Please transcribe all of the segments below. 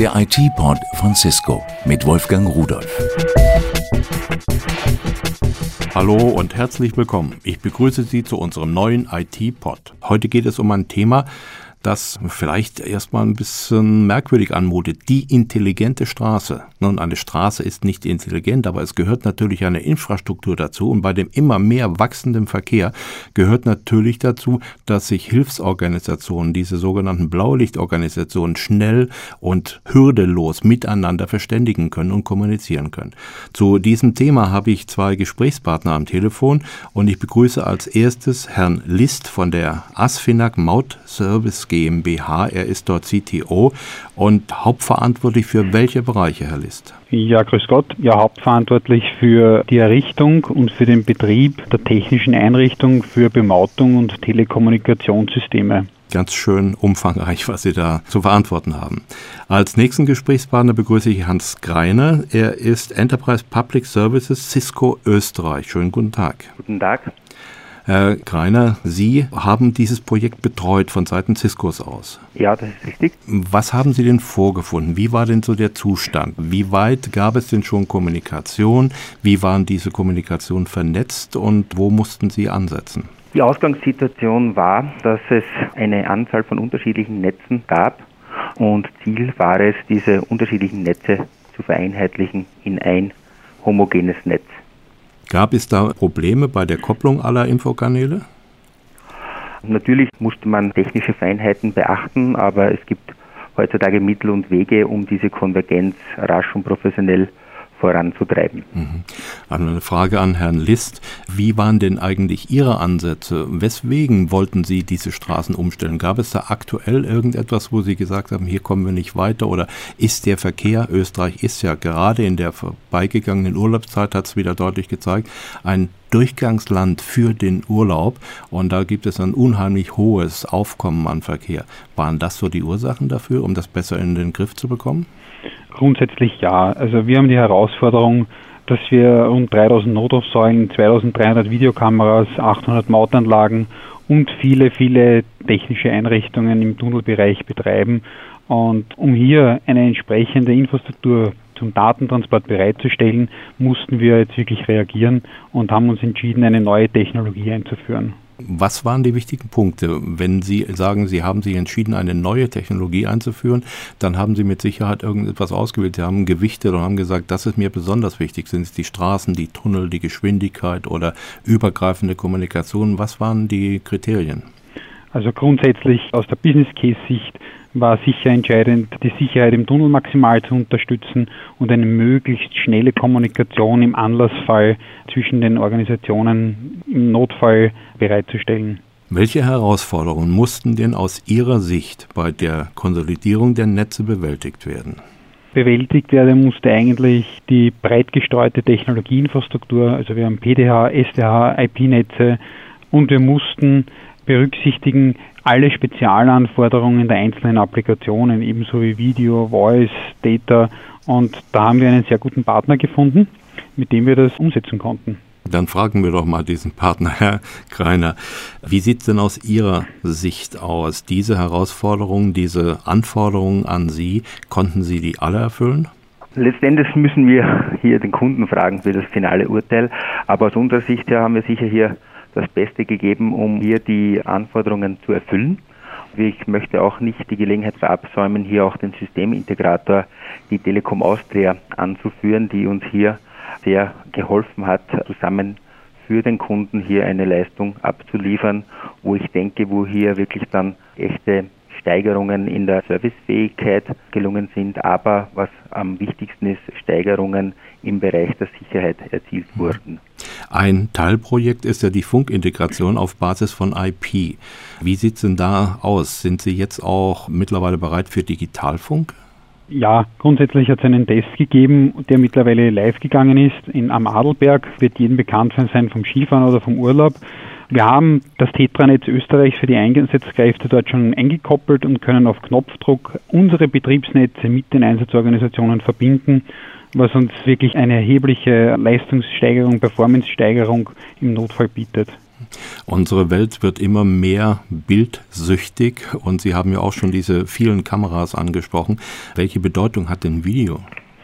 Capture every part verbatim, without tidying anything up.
Der I T-Pod von Cisco mit Wolfgang Rudolph. Hallo und herzlich willkommen. Ich begrüße Sie zu unserem neuen I T-Pod. Heute geht es um ein Thema, das vielleicht erstmal ein bisschen merkwürdig anmutet. Die intelligente Straße. Nun, eine Straße ist nicht intelligent, aber es gehört natürlich eine Infrastruktur dazu. Und bei dem immer mehr wachsenden Verkehr gehört natürlich dazu, dass sich Hilfsorganisationen, diese sogenannten Blaulichtorganisationen, schnell und hürdelos miteinander verständigen können und kommunizieren können. Zu diesem Thema habe ich zwei Gesprächspartner am Telefon und ich begrüße als erstes Herrn List von der ASFINAG Maut Service GmbH. Er ist dort C T O und hauptverantwortlich für welche Bereiche, Herr List? Ja, grüß Gott. Ja, hauptverantwortlich für die Errichtung und für den Betrieb der technischen Einrichtung für Bemautung und Telekommunikationssysteme. Ganz schön umfangreich, was Sie da zu verantworten haben. Als nächsten Gesprächspartner begrüße ich Hans Greiner. Er ist Enterprise Public Services Cisco Österreich. Schönen guten Tag. Guten Tag. Herr Greiner, Sie haben dieses Projekt betreut von Seiten Ciscos aus. Ja, das ist richtig. Was haben Sie denn vorgefunden? Wie war denn so der Zustand? Wie weit gab es denn schon Kommunikation? Wie waren diese Kommunikationen vernetzt und wo mussten Sie ansetzen? Die Ausgangssituation war, dass es eine Anzahl von unterschiedlichen Netzen gab und Ziel war es, diese unterschiedlichen Netze zu vereinheitlichen in ein homogenes Netz. Gab es da Probleme bei der Kopplung aller Infokanäle? Natürlich musste man technische Feinheiten beachten, aber es gibt heutzutage Mittel und Wege, um diese Konvergenz rasch und professionell voranzutreiben. Mhm. Eine Frage an Herrn List. Wie waren denn eigentlich Ihre Ansätze? Weswegen wollten Sie diese Straßen umstellen? Gab es da aktuell irgendetwas, wo Sie gesagt haben, hier kommen wir nicht weiter? Oder ist der Verkehr, Österreich ist ja gerade in der vorbeigegangenen Urlaubszeit, hat es wieder deutlich gezeigt, ein Durchgangsland für den Urlaub und da gibt es ein unheimlich hohes Aufkommen an Verkehr. Waren das so die Ursachen dafür, um das besser in den Griff zu bekommen? Grundsätzlich ja. Also wir haben die Herausforderung, dass wir rund dreitausend Notrufsäulen, zweitausenddreihundert Videokameras, achthundert Mautanlagen und viele, viele technische Einrichtungen im Tunnelbereich betreiben. Und um hier eine entsprechende Infrastruktur zum Datentransport bereitzustellen, mussten wir jetzt wirklich reagieren und haben uns entschieden, eine neue Technologie einzuführen. Was waren die wichtigen Punkte? Wenn Sie sagen, Sie haben sich entschieden, eine neue Technologie einzuführen, dann haben Sie mit Sicherheit irgendetwas ausgewählt. Sie haben gewichtet und haben gesagt, das ist mir besonders wichtig. Sind es die Straßen, die Tunnel, die Geschwindigkeit oder übergreifende Kommunikation? Was waren die Kriterien? Also grundsätzlich aus der Business-Case-Sicht war sicher entscheidend, die Sicherheit im Tunnel maximal zu unterstützen und eine möglichst schnelle Kommunikation im Anlassfall zwischen den Organisationen im Notfall bereitzustellen. Welche Herausforderungen mussten denn aus Ihrer Sicht bei der Konsolidierung der Netze bewältigt werden? Bewältigt werden musste eigentlich die breit gestreute Technologieinfrastruktur, also wir haben P D H, S D H, I P-Netze und wir mussten berücksichtigen alle Spezialanforderungen der einzelnen Applikationen, ebenso wie Video, Voice, Data. Und da haben wir einen sehr guten Partner gefunden, mit dem wir das umsetzen konnten. Dann fragen wir doch mal diesen Partner, Herr Greiner. Wie sieht es denn aus Ihrer Sicht aus? Diese Herausforderungen, diese Anforderungen an Sie, konnten Sie die alle erfüllen? Letztendlich müssen wir hier den Kunden fragen für das finale Urteil. Aber aus unserer Sicht her haben wir sicher hier das Beste gegeben, um hier die Anforderungen zu erfüllen. Ich möchte auch nicht die Gelegenheit verabsäumen, hier auch den Systemintegrator, die Telekom Austria, anzuführen, die uns hier sehr geholfen hat, zusammen für den Kunden hier eine Leistung abzuliefern, wo ich denke, wo hier wirklich dann echte Steigerungen in der Servicefähigkeit gelungen sind, aber was am wichtigsten ist, Steigerungen im Bereich der Sicherheit erzielt wurden. Ein Teilprojekt ist ja die Funkintegration auf Basis von I P. Wie sieht es denn da aus? Sind Sie jetzt auch mittlerweile bereit für Digitalfunk? Ja, grundsätzlich hat es einen Test gegeben, der mittlerweile live gegangen ist. In, am Adelberg wird jedem bekannt sein vom Skifahren oder vom Urlaub. Wir haben das Tetra-Netz Österreich für die Einsatzkräfte dort schon eingekoppelt und können auf Knopfdruck unsere Betriebsnetze mit den Einsatzorganisationen verbinden, was uns wirklich eine erhebliche Leistungssteigerung, Performance-Steigerung im Notfall bietet. Unsere Welt wird immer mehr bildsüchtig und Sie haben ja auch schon diese vielen Kameras angesprochen. Welche Bedeutung hat denn Video?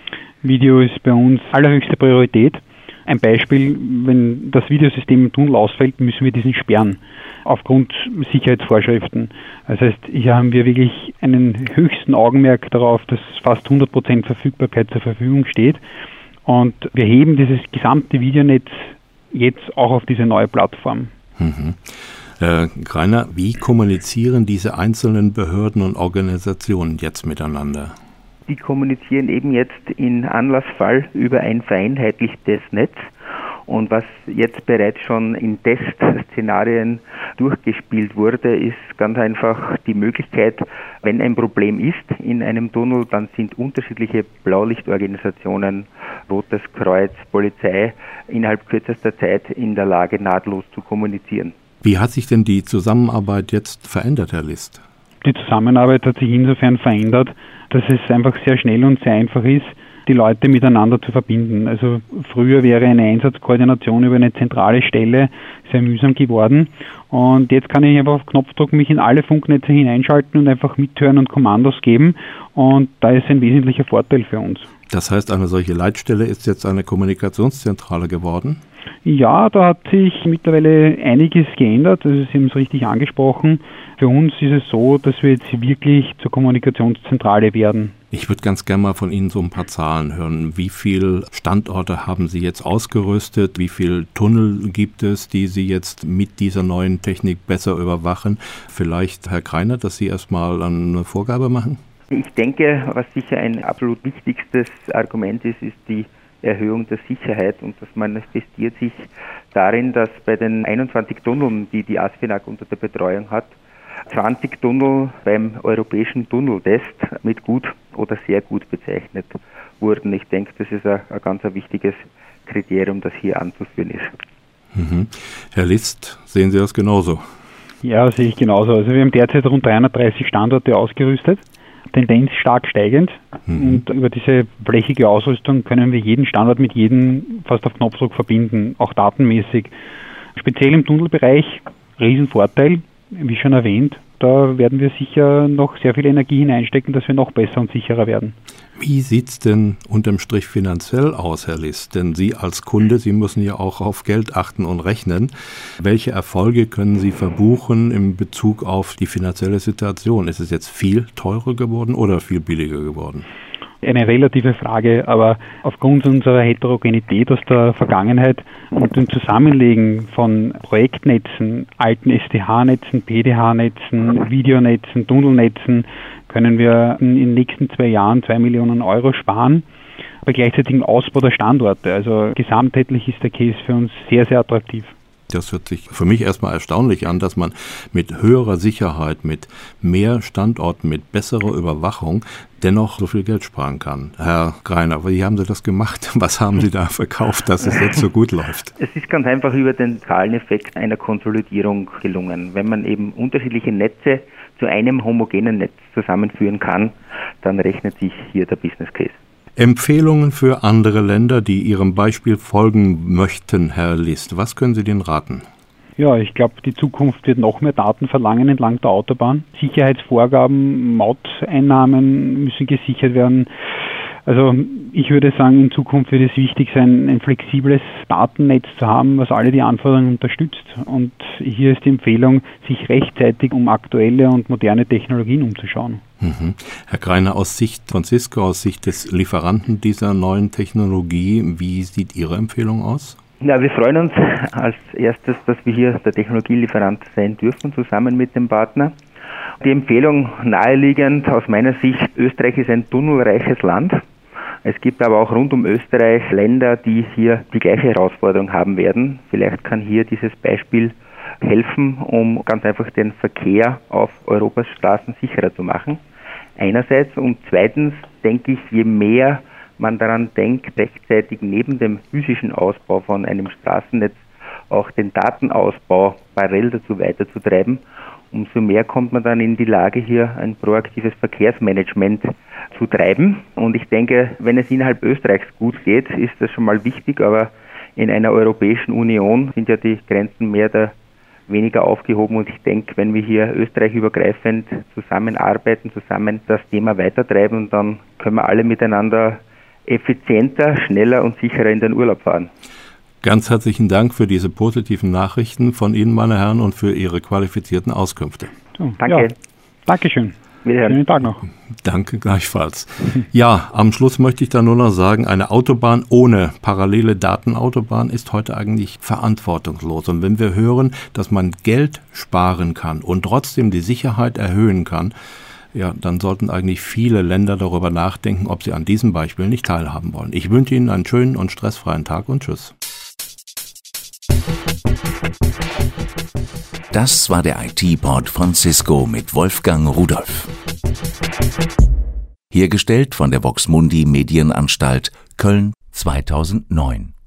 Video ist bei uns allerhöchste Priorität. Ein Beispiel, wenn das Videosystem im Tunnel ausfällt, müssen wir diesen sperren, aufgrund Sicherheitsvorschriften. Das heißt, hier haben wir wirklich einen höchsten Augenmerk darauf, dass fast hundert Prozent Verfügbarkeit zur Verfügung steht. Und wir heben dieses gesamte Videonetz jetzt auch auf diese neue Plattform. Mhm. Herr Greiner, wie kommunizieren diese einzelnen Behörden und Organisationen jetzt miteinander? Die kommunizieren eben jetzt in Anlassfall über ein vereinheitlichtes Netz. Und was jetzt bereits schon in Testszenarien durchgespielt wurde, ist ganz einfach die Möglichkeit, wenn ein Problem ist in einem Tunnel, dann sind unterschiedliche Blaulichtorganisationen, Rotes Kreuz, Polizei innerhalb kürzester Zeit in der Lage, nahtlos zu kommunizieren. Wie hat sich denn die Zusammenarbeit jetzt verändert, Herr List? Die Zusammenarbeit hat sich insofern verändert, dass es einfach sehr schnell und sehr einfach ist, die Leute miteinander zu verbinden. Also früher wäre eine Einsatzkoordination über eine zentrale Stelle sehr mühsam geworden und jetzt kann ich einfach auf Knopfdruck mich in alle Funknetze hineinschalten und einfach mithören und Kommandos geben und da ist ein wesentlicher Vorteil für uns. Das heißt, eine solche Leitstelle ist jetzt eine Kommunikationszentrale geworden? Ja, da hat sich mittlerweile einiges geändert, das ist eben so richtig angesprochen. Für uns ist es so, dass wir jetzt wirklich zur Kommunikationszentrale werden. Ich würde ganz gerne mal von Ihnen so ein paar Zahlen hören. Wie viele Standorte haben Sie jetzt ausgerüstet? Wie viele Tunnel gibt es, die Sie jetzt mit dieser neuen Technik besser überwachen? Vielleicht, Herr Greiner, dass Sie erstmal eine Vorgabe machen? Ich denke, was sicher ein absolut wichtigstes Argument ist, ist die Erhöhung der Sicherheit und das manifestiert sich darin, dass bei den einundzwanzig Tunneln, die die ASFINAG unter der Betreuung hat, zwanzig Tunnel beim europäischen Tunneltest mit gut oder sehr gut bezeichnet wurden. Ich denke, das ist ein, ein ganz ein wichtiges Kriterium, das hier anzuführen ist. Mhm. Herr List, sehen Sie das genauso? Ja, sehe ich genauso. Also wir haben derzeit rund dreihundertdreißig Standorte ausgerüstet. Tendenz stark steigend mhm. und über diese flächige Ausrüstung können wir jeden Standort mit jedem fast auf Knopfdruck verbinden, auch datenmäßig. Speziell im Tunnelbereich, Riesenvorteil, wie schon erwähnt, da werden wir sicher noch sehr viel Energie hineinstecken, dass wir noch besser und sicherer werden. Wie sieht es denn unterm Strich finanziell aus, Herr List? Denn Sie als Kunde, Sie müssen ja auch auf Geld achten und rechnen. Welche Erfolge können Sie verbuchen in Bezug auf die finanzielle Situation? Ist es jetzt viel teurer geworden oder viel billiger geworden? Eine relative Frage, aber aufgrund unserer Heterogenität aus der Vergangenheit und dem Zusammenlegen von Projektnetzen, alten S D H-Netzen, P D H-Netzen, Videonetzen, Tunnelnetzen, können wir in den nächsten zwei Jahren zwei Millionen Euro sparen, bei gleichzeitigem Ausbau der Standorte. Also gesamtheitlich ist der Case für uns sehr, sehr attraktiv. Das hört sich für mich erstmal erstaunlich an, dass man mit höherer Sicherheit, mit mehr Standorten, mit besserer Überwachung dennoch so viel Geld sparen kann. Herr Greiner, wie haben Sie das gemacht? Was haben Sie da verkauft, dass es jetzt so gut läuft? Es ist ganz einfach über den Skaleneffekt einer Konsolidierung gelungen. Wenn man eben unterschiedliche Netze zu einem homogenen Netz zusammenführen kann, dann rechnet sich hier der Business Case. Empfehlungen für andere Länder, die Ihrem Beispiel folgen möchten, Herr List. Was können Sie denen raten? Ja, ich glaube, die Zukunft wird noch mehr Daten verlangen entlang der Autobahn. Sicherheitsvorgaben, Mauteinnahmen müssen gesichert werden. Also ich würde sagen, in Zukunft wird es wichtig sein, ein flexibles Datennetz zu haben, was alle die Anforderungen unterstützt. Und hier ist die Empfehlung, sich rechtzeitig um aktuelle und moderne Technologien umzuschauen. Mhm. Herr Greiner, aus Sicht von Cisco, aus Sicht des Lieferanten dieser neuen Technologie, wie sieht Ihre Empfehlung aus? Ja, wir freuen uns als erstes, dass wir hier der Technologielieferant sein dürfen, zusammen mit dem Partner. Die Empfehlung naheliegend aus meiner Sicht, Österreich ist ein tunnelreiches Land. Es gibt aber auch rund um Österreich Länder, die hier die gleiche Herausforderung haben werden. Vielleicht kann hier dieses Beispiel helfen, um ganz einfach den Verkehr auf Europas Straßen sicherer zu machen. Einerseits und zweitens denke ich, je mehr man daran denkt, rechtzeitig neben dem physischen Ausbau von einem Straßennetz auch den Datenausbau parallel dazu weiterzutreiben, umso mehr kommt man dann in die Lage, hier ein proaktives Verkehrsmanagement zu treiben. Und ich denke, wenn es innerhalb Österreichs gut geht, ist das schon mal wichtig, aber in einer Europäischen Union sind ja die Grenzen mehr der weniger aufgehoben. Und ich denke, wenn wir hier österreichübergreifend zusammenarbeiten, zusammen das Thema weitertreiben, dann können wir alle miteinander effizienter, schneller und sicherer in den Urlaub fahren. Ganz herzlichen Dank für diese positiven Nachrichten von Ihnen, meine Herren, und für Ihre qualifizierten Auskünfte. So, Danke. Ja, Dankeschön. Schönen Tag noch. Danke gleichfalls. Ja, am Schluss möchte ich da nur noch sagen, eine Autobahn ohne parallele Datenautobahn ist heute eigentlich verantwortungslos. Und wenn wir hören, dass man Geld sparen kann und trotzdem die Sicherheit erhöhen kann, ja, dann sollten eigentlich viele Länder darüber nachdenken, ob sie an diesem Beispiel nicht teilhaben wollen. Ich wünsche Ihnen einen schönen und stressfreien Tag und tschüss. Das war der I T-Pod von Cisco mit Wolfgang Rudolph. Hergestellt von der Vox Mundi Medienanstalt Köln zweitausendneun.